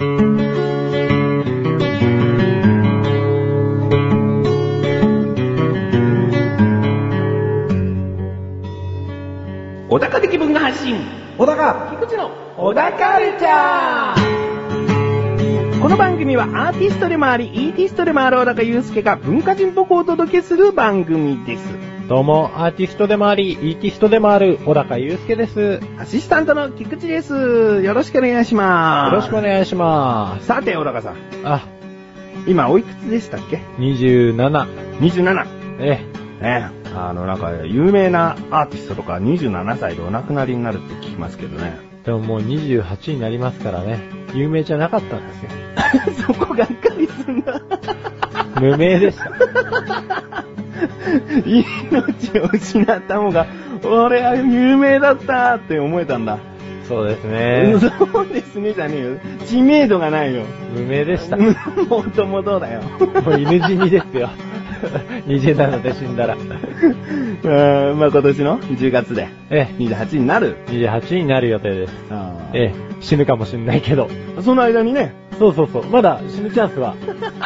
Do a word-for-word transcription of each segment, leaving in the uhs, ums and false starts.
小高的文化発信、小高菊池の小高カルチャー。この番組はアーティストでもありイーティストでもある小高祐介が文化人っぽくお届けする番組です。 どうもアーティストでもありイーティストでもある小高祐介です。 アシスタントの菊池です。よろしくお願いします。 よろしくお願いします。 さて小高さん、 あ、 今おいくつでしたっけ？ にじゅうなな。 にじゅうなな。 ええね、あのなんか有名なアーティストとかにじゅうななさいでお亡くなりになるって聞きますけどね。 でももうにじゅうはちになりますからね。有名じゃなかったんですよ。 そこがっかりすんだ。 無名でした。 命を失った方が俺は有名だったって思えたんだ。 そうですね。 そうですねじゃねえよ。知名度がないよ。 無名でした。 もともとだよ。 もう犬死にですよ。にじゅうななで死んだら。 うん、まあ今年のじゅうがつでええにじゅうはちになる。 にじゅうはちになる予定です。 あええ、死ぬかもしんないけど。 その間にね。 そうそうそう。まだ死ぬチャンスは。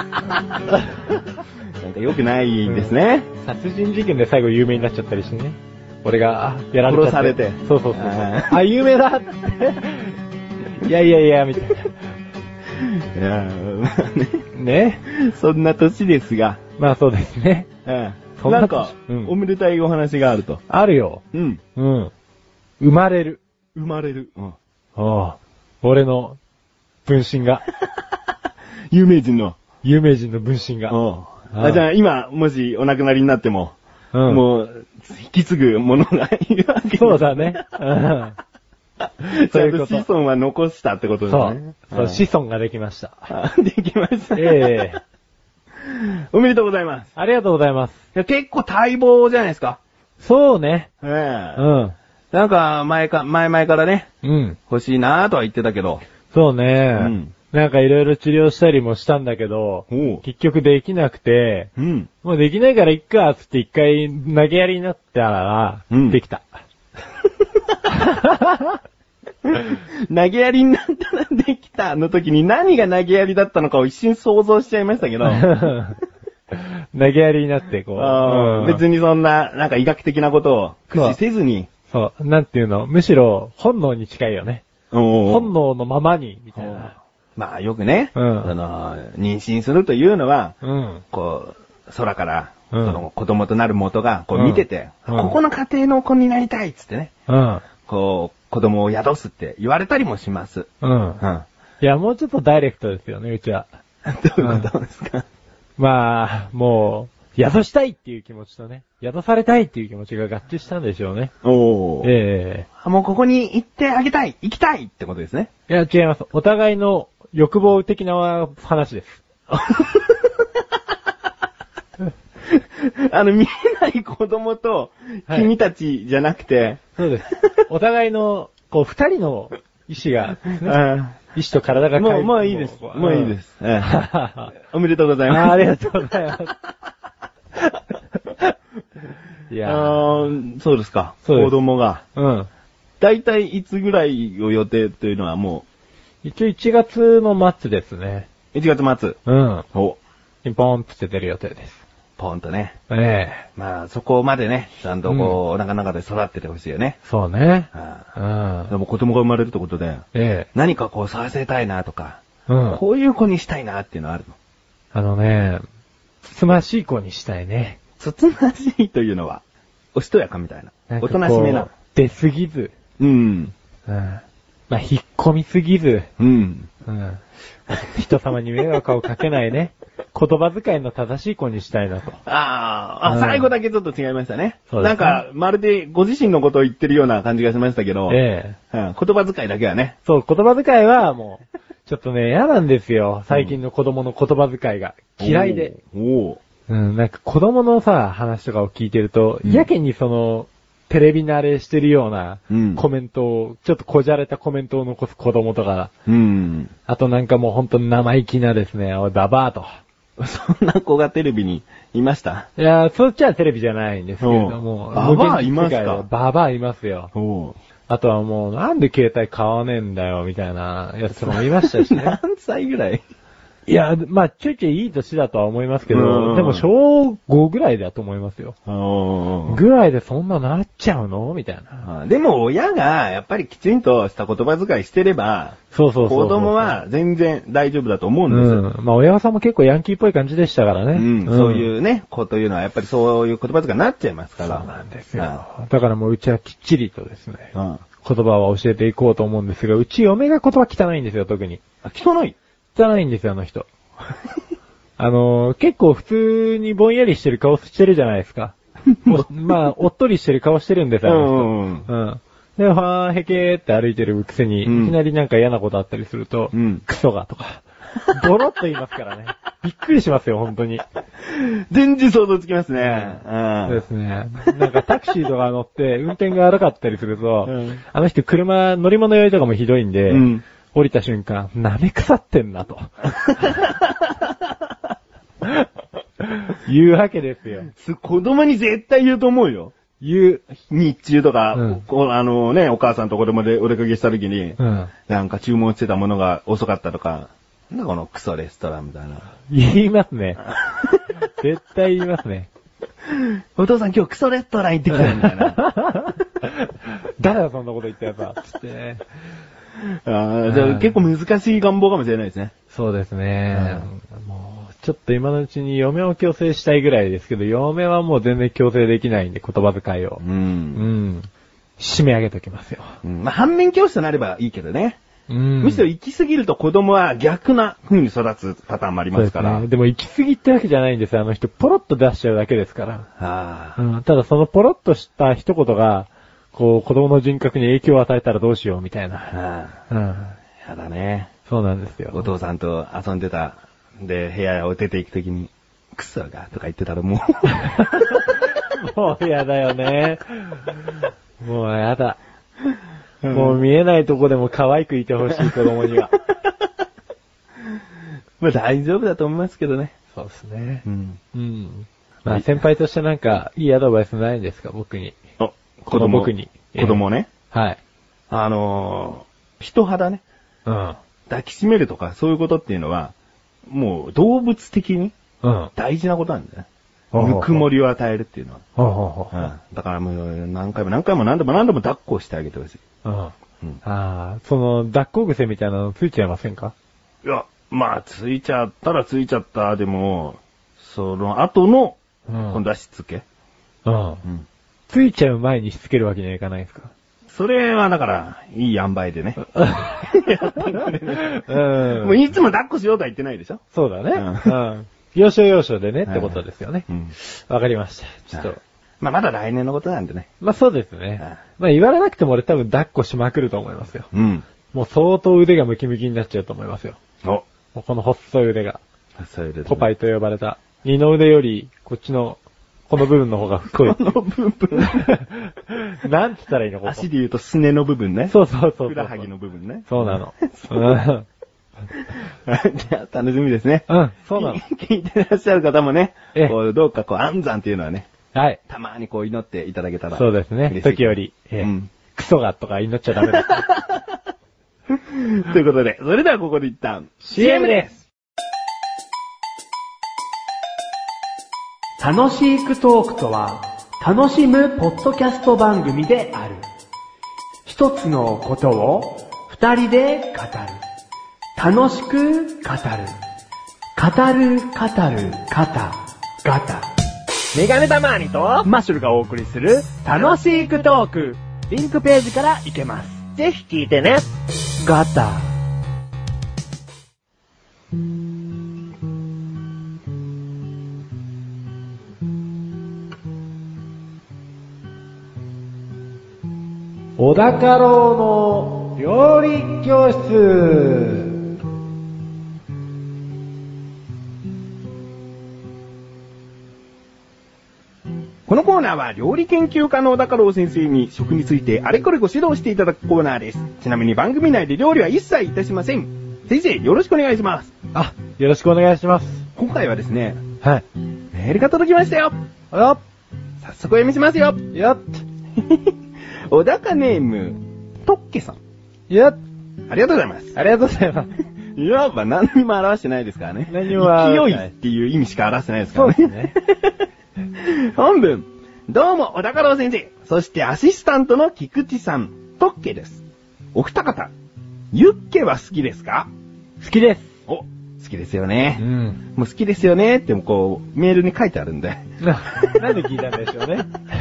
なんか良くないですね、 うん。殺人事件で最後有名になっちゃったりしてね。俺がやられちゃって。 殺されて。 そうそうそう。 あ, あ、有名だって。いやいやいや、みたいな。いやまあね。 ね。 そんな年ですが。 まあそうですね。 うん。 そんななんか、うん、おめでたいお話があると。 あるよ。 うん。 うん。生まれる。 生まれる。うん。 ああ。俺の分身が。 有名人の。 有名人の分身が。 ああ。じゃあ今、もしお亡くなりになっても、うん、もう、引き継ぐ者がいるわけ。 そうだね。うん。 ちゃんと子孫は残したってことですね。 そう。そう、子孫ができました。 できました。 ええ。 おめでとうございます。 ありがとうございます。 いや結構待望じゃないですか。 そうね。 ええ。 うん。 なんか、前か、前々からね。 うん。 欲しいなぁとは言ってたけど。 そうね。 うん。 なんかいろいろ治療したりもしたんだけど、結局できなくて、 うん。 もうできないからいっか、つって一回投げやりになったら、うん、できた。 投げやりになったらできたの時に何が投げやりだったのかを一瞬想像しちゃいましたけど。 投げやりになってこう、 うん、別にそんな、なんか医学的なことを駆使せずに。 そう、なんていうの、むしろ本能に近いよね。本能のままに、みたいな。 まあよくね、 うん、 その、妊娠するというのは、 うん、 こう、空から、 うん、 その子供となる元がこう見てて、うん、ここの家庭の子になりたいっつってね、 うん、 こう、子供を宿すって言われたりもします。 うん。うん。いや、もうちょっとダイレクトですよね、うちは。 どういうことですか、うん、 まあ、もう、宿したいっていう気持ちとね、宿されたいっていう気持ちが合致したんでしょうね。 おー。 ええー。 もうここに行ってあげたい、行きたいってことですね。 いや、違います。お互いの欲望的な話です。 あの、見えない子供と、君たちじゃなくて、はい、 そうです。お互いの、こう、二人の意志が、ね、意志と体がもう、もういいです。もういいです。おめでとうございます。 ありがとうございます。 いやー、そうですか。 そうです。 子供が。 うん。 だいたいいつぐらいを予定というのはもう。一応いちがつの末ですね。 いちがつ末。 うん。 お。 ピンポーンって出る予定です。 ポーンとね。 ええー。まあ、そこまでね、ちゃんとこう、うん、お腹の中で育っててほしいよね。 そうね。 うん。でも子供が生まれるってことで、 ええー。 何かこうさせたいなとか、 うん。 こういう子にしたいなっていうのはあるの。 あのね、つつましい子にしたいね。 つつましいというのは、おしとやかみたいな。 なんおとなしめな。 出すぎず。 うん。 うん。まあ、引っ込みすぎず。 うん。 うん。人様に迷惑をかけないね。言葉遣いの正しい子にしたいなと。 ああ、うん、最後だけちょっと違いましたね。 そうですね。 なんか、まるでご自身のことを言ってるような感じがしましたけど。 ええ。うん、言葉遣いだけはね。 そう、言葉遣いはもう、ちょっとね、嫌なんですよ。最近の子供の言葉遣いが。嫌いで。 おお。 うん、なんか子供のさ、話とかを聞いてると、うん、やけにその、テレビ慣れしてるようなコメントを、うん、ちょっとこじゃれたコメントを残す子供とか、 うん、 あとなんかもうほんと生意気なですね、おいババアと。 そんな子がテレビにいました？ いや、そっちはテレビじゃないんですけれども、 ババアいますか？ ババアいますよ。 おあとはもう、なんで携帯買わねえんだよ、みたいなやつとかもいましたしね。 何歳ぐらい？ いや、まあ、ちょいちょいいい年だとは思いますけど、でも小ごぐらいだと思いますよ。ぐらいでそんななっちゃうのみたいな。 でも親がやっぱりきちんとした言葉遣いしてれば、 そうそうそう。 子供は全然大丈夫だと思うんですよ。 うん、まあ親御さんも結構ヤンキーっぽい感じでしたからね。 うん。うん、そういうね、子というのはやっぱりそういう言葉遣いになっちゃいますから。 そうなんですよ。だからもううちはきっちりとですね、うん、言葉は教えていこうと思うんですが、うち嫁が言葉汚いんですよ、特に。 あ、汚い？ 汚いんですよ、あの人。あのー、結構普通にぼんやりしてる顔してるじゃないですか。まあ、おっとりしてる顔してるんですよ、あの人。うん、うん。で、はーへけーって歩いてるくせに、うん、いきなりなんか嫌なことあったりすると、うん、クソがとか、ボロッと言いますからね。びっくりしますよ、本当に。 全然想像つきますね。 うん。そうですね。なんかタクシーとか乗って運転が荒かったりすると、うん、あの人車、乗り物酔いとかもひどいんで、うん、降りた瞬間、舐め腐ってんなと。言うわけですよ。 子供に絶対言うと思うよ。言う。日中とか、うん、こあのね、お母さんと子供でお出かけした時に、うん、なんか注文してたものが遅かったとか、なんだこのクソレストランみたいな。 言いますね。絶対言いますね。 お父さん今日クソレストラン行ってきたみたいな。 誰がそんなこと言ったやつつってね。 あじゃあ結構難しい願望かもしれないですね。 そうですね。うん、もうちょっと今のうちに嫁を強制したいぐらいですけど、嫁はもう全然強制できないんで、言葉遣いを。うん。うん。締め上げときますよ。 うん、まあ、反面教師となればいいけどね。うん。むしろ行き過ぎると子供は逆な風に育つパターンもありますから。 そうですね。でも行き過ぎってわけじゃないんですよ。あの人、ポロッと出しちゃうだけですから。はあ、うん。ただそのポロッとした一言が、こう、子供の人格に影響を与えたらどうしようみたいな。はあ、うん。 やだね。 そうなんですよ。 お父さんと遊んでた。で、部屋を出て行くときに、クソがとか言ってたらもう。もうやだよね。もうやだ。うん、もう見えないとこでも可愛くいてほしい子供には。 まあ大丈夫だと思いますけどね。 そうですね。うん。うん。まあ先輩としてなんか、いいアドバイスないんですか、僕に。 あ、子供僕に。子供ね。 えー、はい。 あのー、人肌ね。うん。抱きしめるとか、そういうことっていうのは、もう動物的に大事なことなんだよね。うん、ぬくもりを与えるっていうのは。ほうほうほう、うん。だからもう何回も何回も何度も何度も抱っこしてあげてほしい。うん。うん、 ああ、その抱っこ癖みたいなのついちゃいませんか？ いや、まあついちゃったらついちゃった。でも、その後の、今度はしつけ。うん。うん。 ついちゃう前にしつけるわけにはいかないですか？ それはだから、いい塩梅でね。やってくれる。うん。もういつも抱っこしようとは言ってないでしょ？ そうだね。うん。うん、要所要所でねってことですよね。うん。わかりました。ちょっと。 まあまだ来年のことなんでね。 まあそうですね。まあ言われなくても俺多分抱っこしまくると思いますよ。うん。もう相当腕がムキムキになっちゃうと思いますよ。お。この細い腕が。細い腕。ポパイと呼ばれた。二の腕より、こっちの、この部分の方が太い。この部分なんつったらいいのここ。 足で言うとすねの部分ね。 そうそうそうそう。 ふくらはぎの部分ね。 そうなの。 じゃあ楽しみですね。 うん、そうなの。 聞いてらっしゃる方もね、こうどうかこう安産っていうのはね、 はい。 たまにこう祈っていただけたら。 そうですね。時折、えーうん、クソがとか祈っちゃダメだ。 ということで、それではここで一旦シーエム です。楽しいクトークとは、楽しむポッドキャスト番組である。一つのことを二人で語る。楽しく語る。語る、語る、ガタ、ガタ。メガネたまーにとマッシュルがお送りする楽しいクトーク。リンクページから行けます。ぜひ聞いてね。ガタ。小高郎の料理教室。 このコーナーは料理研究家の小高郎先生に食についてあれこれご指導していただくコーナーです。ちなみに番組内で料理は一切いたしません。先生よろしくお願いします。 あ、よろしくお願いします。 今回はですね、 はい。 メールが届きましたよ。 あよ早速お読みしますよ。 よっ。 小高ネーム、 トッケさん。 いや、 ありがとうございます。 ありがとうございます。 いわば何にも表してないですからね。 何にも表してない。 勢いっていう意味しか表してないですからね。 そうですね。 本文。どうも、小高郎先生。そしてアシスタントの菊池さん、トッケです。お二方、ユッケは好きですか？ 好きです。 お、好きですよね。 うん。 もう好きですよねってこう、メールに書いてあるんで。 なんで聞いたんでしょうね。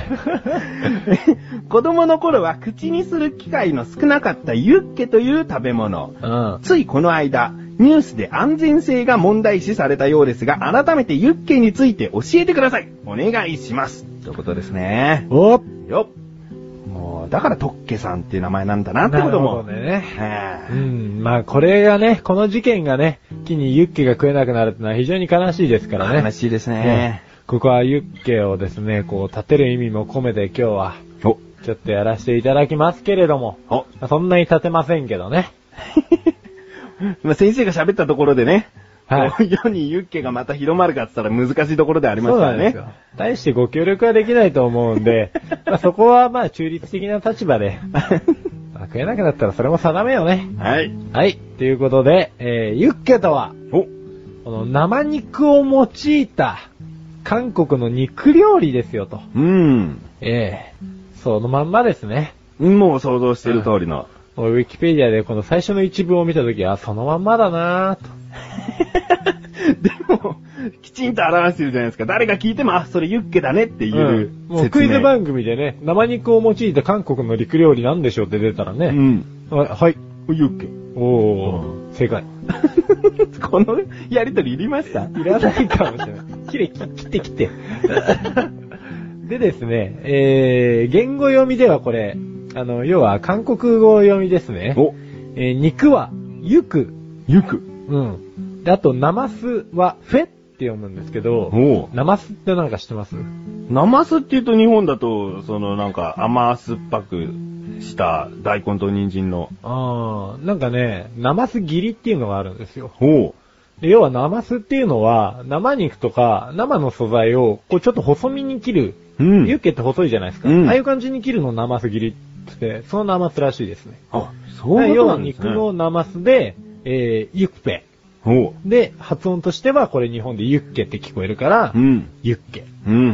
子供の頃は口にする機会の少なかったユッケという食べ物。 うん。 ついこの間、ニュースで安全性が問題視されたようですが、改めてユッケについて教えてください。お願いします。ということですね。 おっよっ。もう、だからトッケさんっていう名前なんだなってことも。 なるほどね。 はうん。まあこれがね、この事件がね、機にユッケが食えなくなるってのは非常に悲しいですからね。 悲しいですね。 ねここはユッケをですね、こう立てる意味も込めて今日は、 お、 ちょっとやらせていただきますけれども、 お、 そんなに立てませんけどね。 まあ先生が喋ったところでね、 はいこう世にユッケがまた広まるかって言ったら難しいところでありますからね。 そうなんですよ。大してご協力はできないと思うんで、まあ、そこはまあ中立的な立場で、まあ、食えなくなったらそれも定めよね。 はい。 はい。ということで、えー、ユッケとは、 お、 この生肉を用いた韓国の肉料理ですよと。 うん。 ええー、そのまんまですね。 もう想像している通りの。 もうウィキペディアでこの最初の一文を見たときは、そのまんまだなぁと。 でも、きちんと表してるじゃないですか。誰が聞いても、あ、それユッケだねっていう、 うん、もうクイズ番組でね、生肉を用いた韓国の肉料理なんでしょうって出たらね。 うん。 はい。 ユッケ。 おー、正解。 このやりとりいりました？ いらないかもしれない。切れ、切って切って。でですね、えー、言語読みではこれ、あの、要は韓国語読みですね。 お、 えー、肉は、ゆく。 ゆく。 うん。で、あと、ナマスは、フェって読むんですけど、 おナマスってなんか知ってます？ ナマスって言うと日本だと、そのなんか甘酸っぱくした大根と人参の。 あー、なんかね、ナマス切りっていうのがあるんですよ。 おで要はナマスっていうのは、生肉とか生の素材を、こうちょっと細身に切る。 うん。 ユッケって細いじゃないですか。 うん、 ああいう感じに切るのをナマス切りって言って、そのナマスらしいですね。 あ、そういうことなんですね。 要は肉のナマスで、えー、ユッペ。 おで、発音としてはこれ日本でユッケって聞こえるから、 うん。 ユッケ。 うん、うん、うん。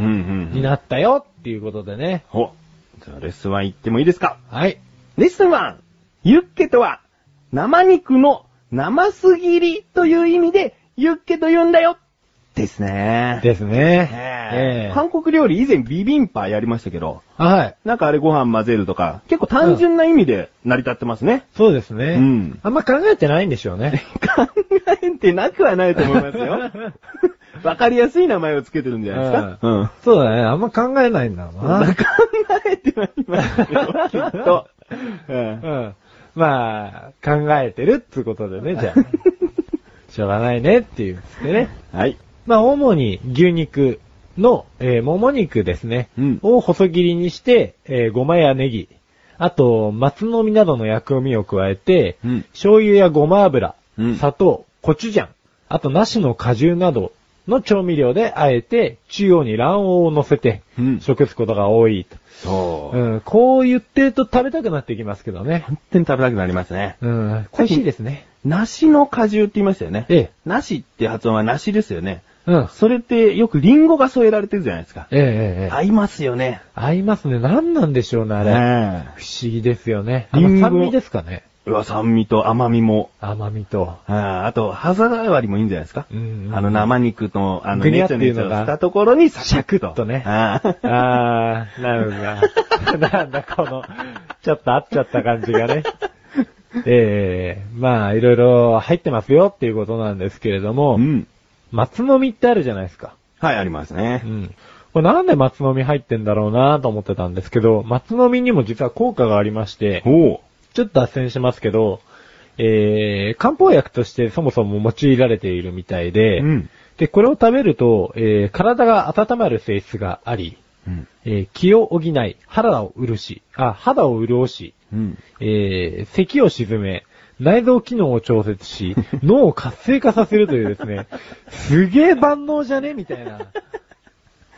になったよっていうことでね。 お、じゃあレッスンワン行ってもいいですか？ はい。 レッスンワン。ユッケとは、生肉の生す切りという意味で、ユッケと言うんだよですね。 ですね。 えー、韓国料理以前ビビンパやりましたけど、 はい。 なんかあれご飯混ぜるとか、結構単純な意味で成り立ってますね。 そうですね。 うん。 あんま考えてないんでしょうね。 考えてなくはないと思いますよ。わかりやすい名前をつけてるんじゃないですか。 うん。うん、そうだね。あんま考えないんだろうな。 考えてはいますよ、きっと。 うん。うん。まあ、考えてるってことでね、じゃあ。しょうがないねっていうんですね。 はい。 まあ、主に牛肉の、えー、もも肉ですね。 うん。 を細切りにして、えー、ごまやネギ、あと、松の実などの薬味を加えて、 うん。 醤油やごま油、 うん。 砂糖、コチュジャン、あと、梨の果汁などの調味料で和えて、中央に卵黄を乗せて、 うん。 食すことが多いと。 そう。 うん。こう言ってると食べたくなってきますけどね。 本当に食べたくなりますね。 うん。美味しいですね。 梨の果汁って言いましたよね。 ええ。 梨って発音は梨ですよね。 うん。 それってよくリンゴが添えられてるじゃないですか。 ええええ。 合いますよね。 合いますね。何なんでしょうね、あれ。 ね不思議ですよね。 リンゴあの酸味ですかね。 うわ、酸味と甘みも。 甘みと。 ああと、歯触りもいいんじゃないですか。 うんうん、 あの生肉の、あの、 グニャネっていうのがチョネチョしたところにサシャクッとね。 ああ。 あー、なるほど。なんだこの、ちょっと合っちゃった感じがね。ええー、まあ、いろいろ入ってますよっていうことなんですけれども、 うん。 松の実ってあるじゃないですか。 はい、ありますね。 うん。これなんで松の実入ってんだろうなと思ってたんですけど、松の実にも実は効果がありまして、 おう。 ちょっと脱線しますけど、えー、漢方薬としてそもそも用いられているみたいで、 うん。 で、これを食べると、えー、体が温まる性質があり、 うん。 えー、気を補い、肌を潤し、あ、肌を潤し、 うん。 えー、咳を鎮め、内臓機能を調節し、脳を活性化させるというですね、すげえ万能じゃねみたいな。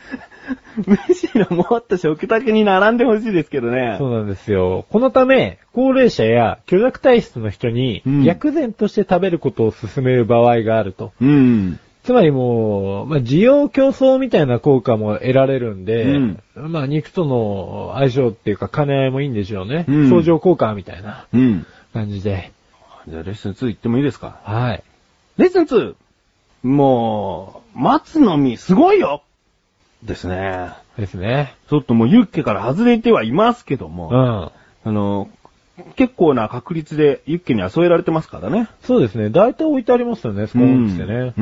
むしろもっと食卓に並んでほしいですけどね。 そうなんですよ。このため、高齢者や虚弱体質の人に、薬膳として食べることを勧める場合があると。 うん。 つまりもう、まあ、需要競争みたいな効果も得られるんで、うん、まあ、肉との相性っていうか兼ね合いもいいんでしょうね。うん、相乗効果みたいな感じで。 うん、じゃあレッスンツー行ってもいいですか？ はい。 レッスンツー。もう、松の実すごいよですね。 ですね。 ちょっともうユッケから外れてはいますけども、うん、あの、結構な確率でユッケには添えられてますからね。 そうですね。大体置いてありますよね、スコーンってね。うん。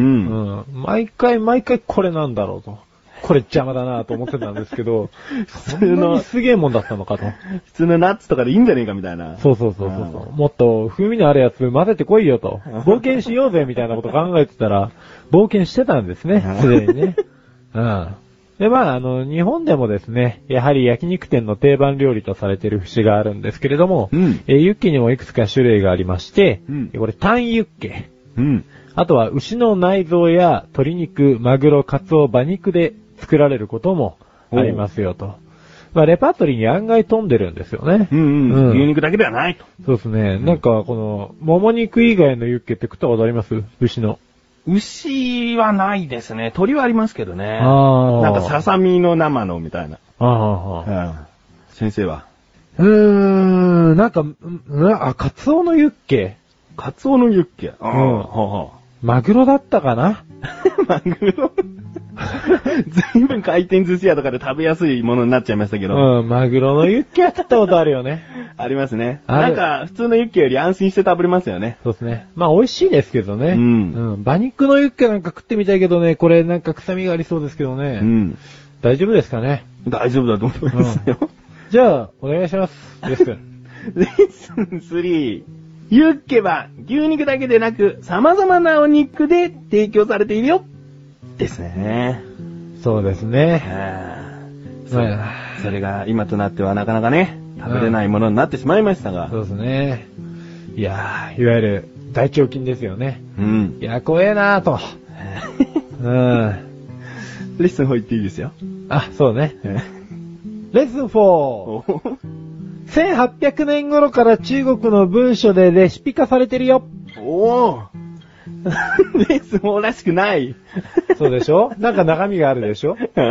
うん。毎回毎回これなんだろうと。これ邪魔だなと思ってたんですけど、普通のすげえもんだったのかと。 普通のナッツとかでいいんじゃねえかみたいな。 そうそうそうそう。もっと風味のあるやつ混ぜてこいよと。冒険しようぜみたいなこと考えてたら、冒険してたんですね、すでにね。うん。で、まあ、あの、日本でもですね、やはり焼肉店の定番料理とされている節があるんですけれども、うん、えー、ユッケにもいくつか種類がありまして、うん、これ、タンユッケ。うん、あとは、牛の内臓や鶏肉、マグロ、カツオ、馬肉で作られることもありますよと。まあ、レパートリーに案外飛んでるんですよね。 うんうん。うん、牛肉だけではないと。 そうですね。なんか、この、もも肉以外のユッケって食ったことあります？牛の。 牛はないですね。鳥はありますけどね。あなんかささみの生のみたいな。ああ、うん、先生はうーん、なんか、あ、カツオのユッケ。 カツオのユッケ。うん。ははマグロだったかなマグロ随分回転寿司屋とかで食べやすいものになっちゃいましたけど。 うん、マグロのユッケは食ったことあるよね。 ありますね。なんか、普通のユッケより安心して食べれますよね。 そうですね。まあ、美味しいですけどね。うん。うん。馬肉のユッケなんか食ってみたいけどね、これなんか臭みがありそうですけどね。うん。大丈夫ですかね？ 大丈夫だと思いますよ。うん、 じゃあ、お願いします。レッスン。 レッスンスリー。ユッケは牛肉だけでなく、様々なお肉で提供されているよ。ですね。 そうですね。 そ, それが今となってはなかなかね、食べれないものになってしまいましたが。 そうですね。いやー、いわゆる大腸菌ですよね。うん。いや、怖えなーと。 うん。レッスンフォー行っていいですよ。 あ、そうね。レッスンフォー。せんはっぴゃくねん頃から中国の文書でレシピ化されてるよ。 おー。レッスンフォーらしくない。 そうでしょ？なんか中身があるでしょ？うん。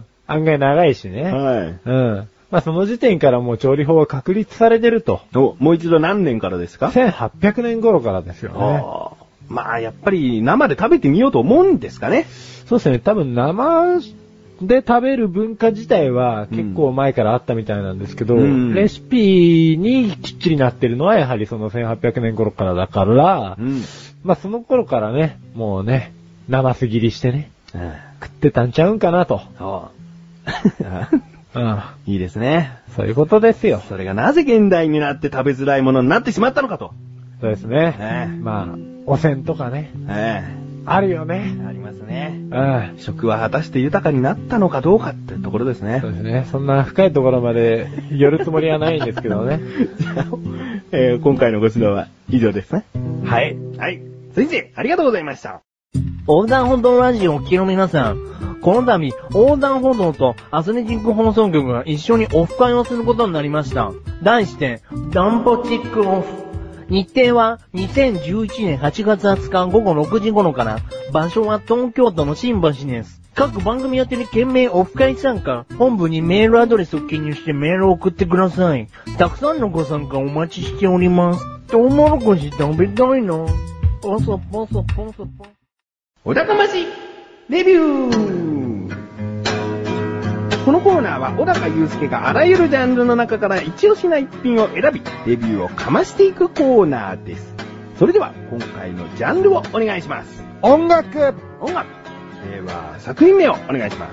案外長いしね。はい。うん。まあその時点からもう調理法は確立されてると。 お、もう一度何年からですか？ せんはっぴゃくねん頃からですよね。 まあやっぱり生で食べてみようと思うんですかね。 そうですね。多分生で食べる文化自体は結構前からあったみたいなんですけど、うん、レシピにきっちりなってるのはやはりそのせんはっぴゃくねん頃からだから、うん、まあその頃からね、もうね、生す切りしてね、うん、食ってたんちゃうんかなと。 うん、いいですね。 そういうことですよ。 それがなぜ現代になって食べづらいものになってしまったのかと。 そうですね。ねまあ、汚染とかね。ねあるよね。 ありますね。うん。食は果たして豊かになったのかどうかってところですね。 そうですね。そんな深いところまで寄るつもりはないんですけどね。 じゃあ、えー、今回のご指導は以上ですね。 はい。 はい。先生、ありがとうございました。 横断歩道ラジオをお聞きの皆さん、この度、横断歩道とアスレチック放送局が一緒にオフ会をすることになりました。題して、ダンポチックオフ。日程はにせんじゅういちねんはちがつはつかごごろくじ頃から、場所は東京都の新橋です。各番組宛てに懸命オフ会参加、本部にメールアドレスを記入してメールを送ってください。たくさんのご参加お待ちしております。トウモロコシ食べたいな。ポソポソポソポソ。 お高ましレビュー。このコーナーは小高祐介があらゆるジャンルの中から一押しな一品を選び、レビューをかましていくコーナーです。それでは今回のジャンルをお願いします。 音楽。 音楽。では作品名をお願いします。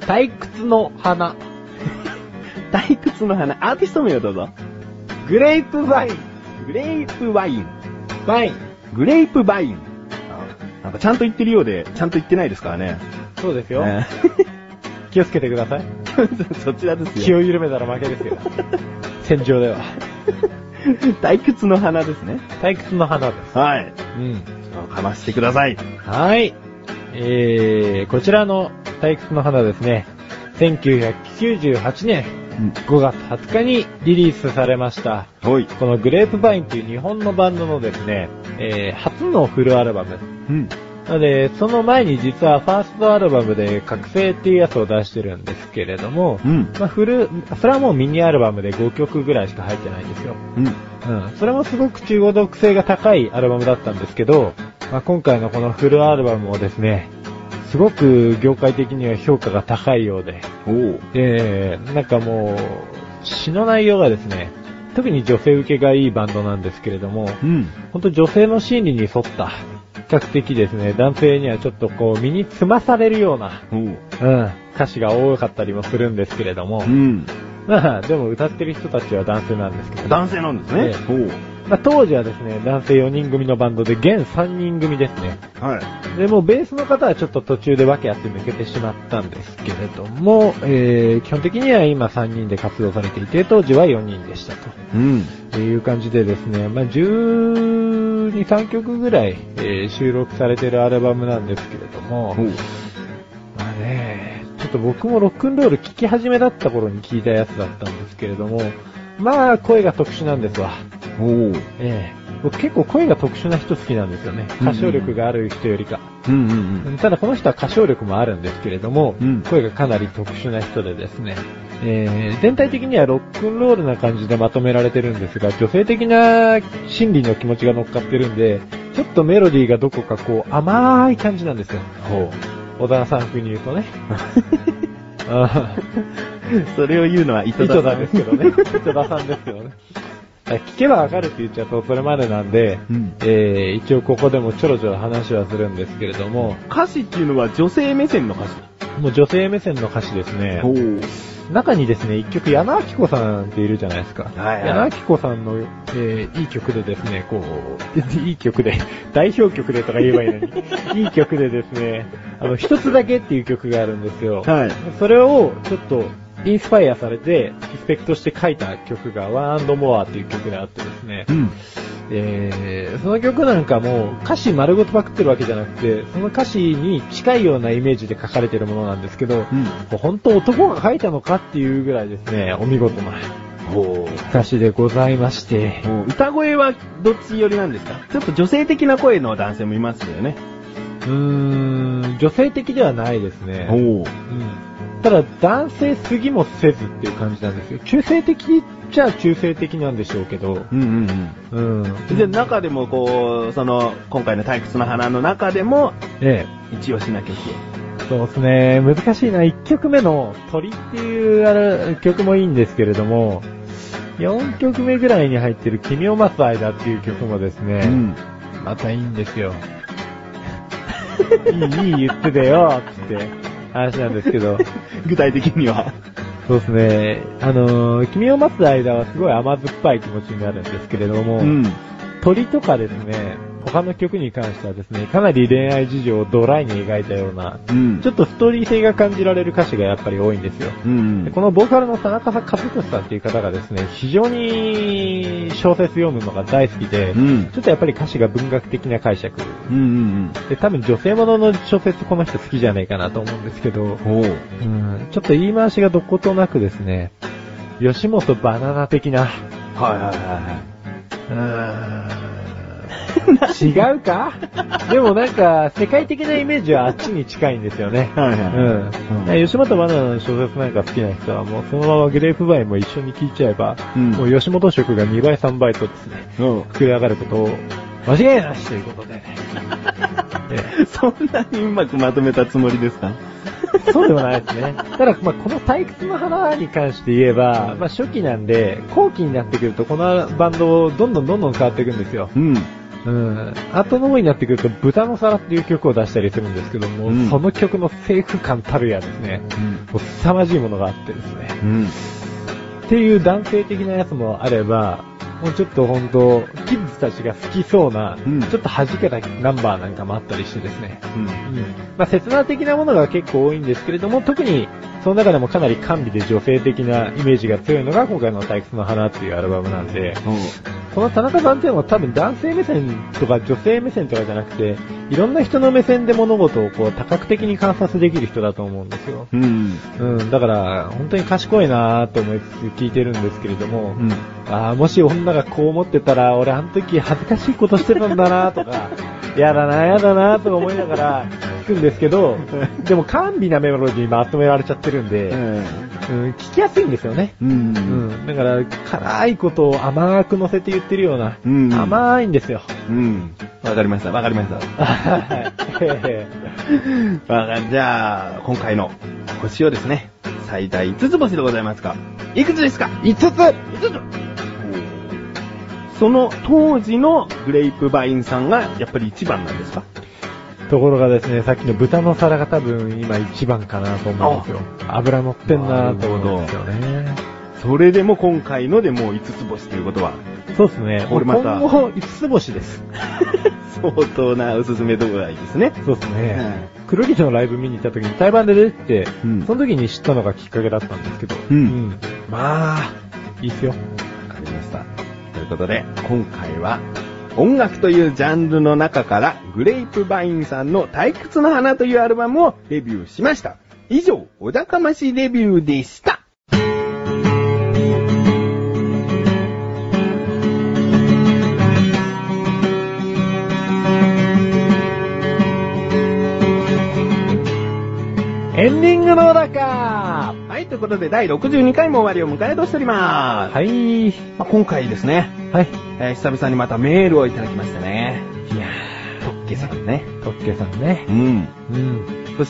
退屈の花。 退屈の花。アーティスト名をどうぞ。 グレープワイン。 グレープワイン。 ワイン。 グレープワイン。なんかちゃんと言ってるようで、ちゃんと言ってないですからね。 そうですよ。ね、気をつけてください。 そちらですよ。 気を緩めたら負けですよ。戦場では。 退屈の花ですね。 退屈の花です。 はい。うん。かましてください。 はい。えー、こちらの退屈の花ですね。 せんきゅうひゃくきゅうじゅうはちねんごがつはつかにリリースされました。 はい。 このグレープバインっていう日本のバンドのですね、えー、初のフルアルバム。 うん。 なので、その前に実はファーストアルバムで覚醒っていうやつを出してるんですけれども、 うん。 まあフル、それはもうミニアルバムでごきょくぐらいしか入ってないんですよ。 うん。 うん。それもすごく中毒性が高いアルバムだったんですけど、まあ今回のこのフルアルバムもですね、すごく業界的には評価が高いようで、 おう。 で、なんかもう、詩の内容がですね、特に女性受けがいいバンドなんですけれども、 うん。 ほんと女性の心理に沿った、比較的ですね、男性にはちょっとこう身につまされるような、 おう。 うん、歌詞が多かったりもするんですけれども、 うん。 まあ、でも歌ってる人たちは男性なんですけど、 男性なんですね。 えおう。 まあ、当時はですね、男性よにん組のバンドで、現さんにん組ですね。 はい。 で、もうベースの方はちょっと途中で訳あって抜けてしまったんですけれども、えー、基本的には今さんにんで活動されていて、当時はよにんでしたと。 うん。 いう感じでですね、まあ、じゅうに、さんきょくぐらい、えー、収録されているアルバムなんですけれども、まあね、ちょっと僕もロックンロール聴き始めだった頃に聴いたやつだったんですけれども、まあ声が特殊なんですわ。 おー。 ええ僕結構声が特殊な人好きなんですよね。歌唱力がある人よりか。 うんうんうん。 ただこの人は歌唱力もあるんですけれども、 うん、 声がかなり特殊な人でですね、えー、全体的にはロックンロールな感じでまとめられてるんですが、女性的な心理の気持ちが乗っかってるんで、ちょっとメロディーがどこかこう甘い感じなんですよ。 ほう。小田さん風に言うとね。 あそれを言うのは糸田田さんですけどね。糸田さんですけどね。聞けばわかるって言っちゃうとそれまでなんで、 うん、 えー、一応ここでもちょろちょろ話はするんですけれども、 歌詞っていうのは女性目線の歌詞？ もう女性目線の歌詞ですね。 おー。 中にですね、一曲、矢野明子さんっているじゃないですか。 はいはい、 矢野明子さんの、えー、いい曲でですね、こう、いい曲で、代表曲でとか言えばいいのに、いい曲でですね、あの、一つだけっていう曲があるんですよ。 はい。 それを、ちょっと、インスパイアされて、リスペクトして書いた曲が、ワン&モアっていう曲であってですね、 うん。 えー、その曲なんかも歌詞丸ごとパクってるわけじゃなくて、その歌詞に近いようなイメージで書かれてるものなんですけど、 うん、 本当男が書いたのかっていうぐらいですね、お見事な歌詞でございまして、 歌声はどっち寄りなんですか？ちょっと女性的な声の男性もいますよね。 うーん、女性的ではないですね。 おー。 うん。ただ男性すぎもせずっていう感じなんですよ。中性的じゃあ中性的なんでしょうけど。 うんうんうん。うん。で、中でもこう、その、今回の退屈の花の中でも、 ええ、一押しな曲。 そうですね。難しいな。いっきょくめの鳥っていうあれ曲もいいんですけれども、よんきょくめぐらいに入ってる君を待つ間っていう曲もですね、うん、またいいんですよ。いい、いい言っててよ、つって話なんですけど。 具体的には。 そうですね。あのー、君を待つ間はすごい甘酸っぱい気持ちになるんですけれども、うん、鳥とかですね、他の曲に関してはですね、かなり恋愛事情をドライに描いたような、うん、ちょっとストーリー性が感じられる歌詞がやっぱり多いんですよ。うんうん、でこのボーカルの田中和俊さんっていう方がですね、非常に小説読むのが大好きで、うん、ちょっとやっぱり歌詞が文学的な解釈。うんうんうん、で多分女性ものの小説この人好きじゃないかなと思うんですけど、うん、ちょっと言い回しがどことなくですね、吉本バナナ的な。はいはいはいはい。違うかでもなんか、世界的なイメージはあっちに近いんですよね。はいはい。うん。うん、吉本バナナの小説なんか好きな人はもうそのままグレープバインも一緒に聴いちゃえば、うん、もう吉本色がにばいさんばいとですね、うん、膨れ上がることを間違いなしということで。 そんなにうまくまとめたつもりですか？ そうでもないですね。ただ、まあ、この退屈の花に関して言えば、まあ、初期なんで、後期になってくるとこのバンドどんどんどんどん変わっていくんですよ。うん。うん。後の方になってくると、豚の皿っていう曲を出したりするんですけども、うん、その曲のセーフ感たるやですね、うん、もう凄まじいものがあってですね、うん、っていう男性的なやつもあれば、もうちょっとほんと、キッズたちが好きそうな、うん、ちょっと弾けたナンバーなんかもあったりしてですね、うんうん、まあ、切な的なものが結構多いんですけれども、特にその中でもかなり甘美で女性的なイメージが強いのが今回の退屈の花っていうアルバムなんで、うん、 この田中さんっていうのは多分男性目線とか女性目線とかじゃなくて、いろんな人の目線で物事をこう多角的に観察できる人だと思うんですよ。 うん。 うん。だから、本当に賢いなぁと思いつつ聞いてるんですけれども、 うん。 ああ、もし女がこう思ってたら、俺あの時恥ずかしいことしてたんだなぁとか、やだなぁやだなぁとか思いながら聞くんですけど、でも甘美なメロディーにまとめられちゃってるんで、うん、聞きやすいんですよね。 うん。うんうん。だから、辛いことを甘く乗せて言ってるような、うん、甘いんですよ。 うん。わかりました、わかりました。はい。わかり、じゃあ、今回の星をですね、最大いつつ星でございますか。いくつですか？ いつつ! いつつ! その当時のグレープバインさんがやっぱり一番なんですか？ ところがですね、さっきの豚の皿が多分今一番かなと思うんですよ。油乗ってんなと思うんですよね。 それでも今回のでもういつつ星ということは。 そうですね。これまた。今後いつつ星です。 相当なおすすめ度合いですね。 そうですね。うん、黒木のライブ見に行った時に対バンで出てて、うん、その時に知ったのがきっかけだったんですけど。うん。うん、まあ、いいっすよ。わかりました。ということで、今回は、音楽というジャンルの中からグレープバインさんの退屈の花というアルバムをレビューしました。以上、お高ましレビューでした。 エンディングのだかはい、ということでだいろくじゅうにかいも終わりを迎えとしております。 はい。 まあ、今回ですね。 はい。 えー、久々にまたメールをいただきましたね。いやー、トッケさんね。 トッケさんね。 うん。うん。そして、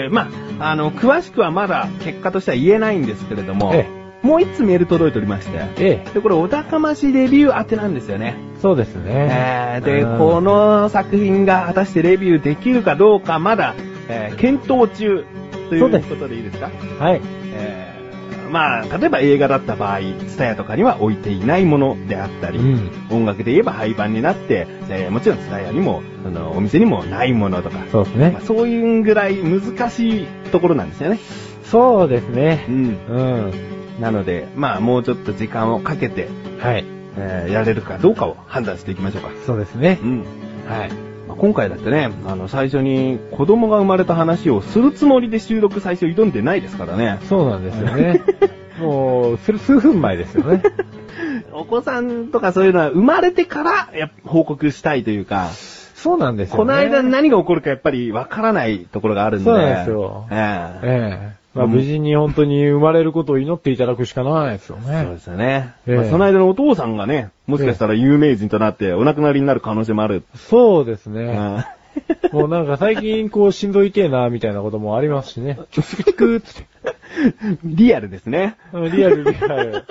まあ、あの、詳しくはまだ結果としては言えないんですけれども、ええ、もう一つメール届いておりまして、ええ、で、これお高ましレビュー宛てなんですよね。 そうですね。 えー、で、この作品が果たしてレビューできるかどうかまだ、えー、検討中ということでいいですか？ はい。 えー、まあ、例えば映画だった場合、ツタヤとかには置いていないものであったり、うん、音楽で言えば廃盤になって、えー、もちろんツタヤにも、あの、お店にもないものとか、 そうですね。 まあ、そういうぐらい難しいところなんですよね。 そうですね。 うん。うん。なので、まあ、もうちょっと時間をかけて、 はい。 えー、やれるかどうかを判断していきましょうか。 そうですね。 うん。はい。今回だってね、あの、最初に子供が生まれた話をするつもりで収録最初挑んでないですからね。 そうなんですよね。もう、する数分前ですよね。 お子さんとかそういうのは生まれてからや報告したいというか。 そうなんですよね。 この間何が起こるかやっぱりわからないところがあるんで。 そうなんですよ。ええええ。まあ、無事に本当に生まれることを祈っていただくしかないですよね。 そうですよね。ええ、まあ、その間のお父さんがね、もしかしたら有名人となってお亡くなりになる可能性もある。 そうですね。もうなんか最近こうしんどいてえなみたいなこともありますしね。チクチクって。 リアルですね。 リアルリアル。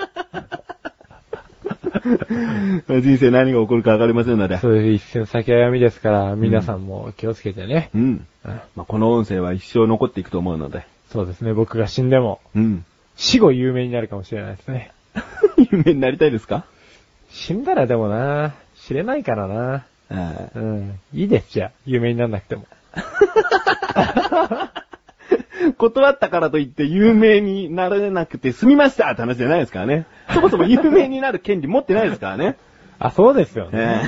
人生何が起こるか分かりませんので。 そういう一線先歩みですから、皆さんも気をつけてね。 うん。うん、まあ、この音声は一生残っていくと思うので。 そうですね、僕が死んでも。 うん。 死後有名になるかもしれないですね。 有名になりたいですか？ 死んだらでもな、知れないからな。うん。いいです、じゃあ。有名にならなくても。 断ったからといって有名になれなくて済みましたって話じゃないですからね。そもそも有名になる権利持ってないですからね。 あ、そうですよね。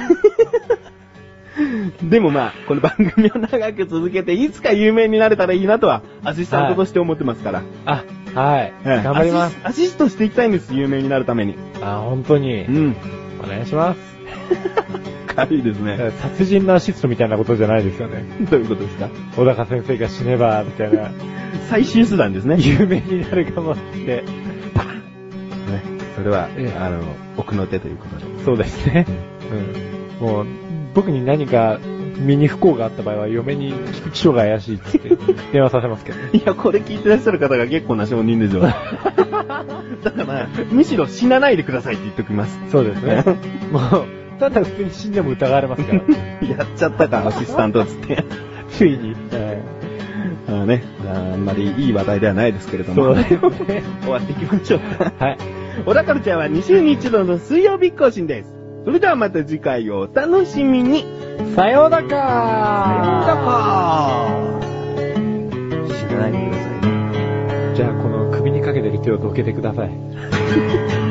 でもまあ、この番組を長く続けて、いつか有名になれたらいいなとは、アシスタントとして思ってますから。 はい、あ、はい。頑張りますア。アシストしていきたいんです、有名になるために。 あ、本当に。 うん。 お願いします。 軽いですね。 殺人のアシストみたいなことじゃないですよね。 どういうことですか？ 小高先生が死ねば、みたいな。 最終手段ですね。 有名になるかもって。 パン！ね。それは、ええ、あの、奥の手ということで。 そうですね。うん。もう、僕に何か身に不幸があった場合は嫁に菊池翔が怪しいって言って電話させますけど、ね。 いや、これ聞いてらっしゃる方が結構な証人でしょ。だから、むしろ死なないでくださいって言っておきます。 そうですね。もう、ただ普通に死んでも疑われますから。 やっちゃったか、アシスタントつって。 ついに。 あのね、あんまりいい話題ではないですけれども。そうですね。終わっていきましょうか。はい。小田カルチャーはに週に一度の水曜日更新です。それではまた次回をお楽しみに。 さようなら。さようなら。死なないでください。 じゃあこの首にかけてる手をどけてください。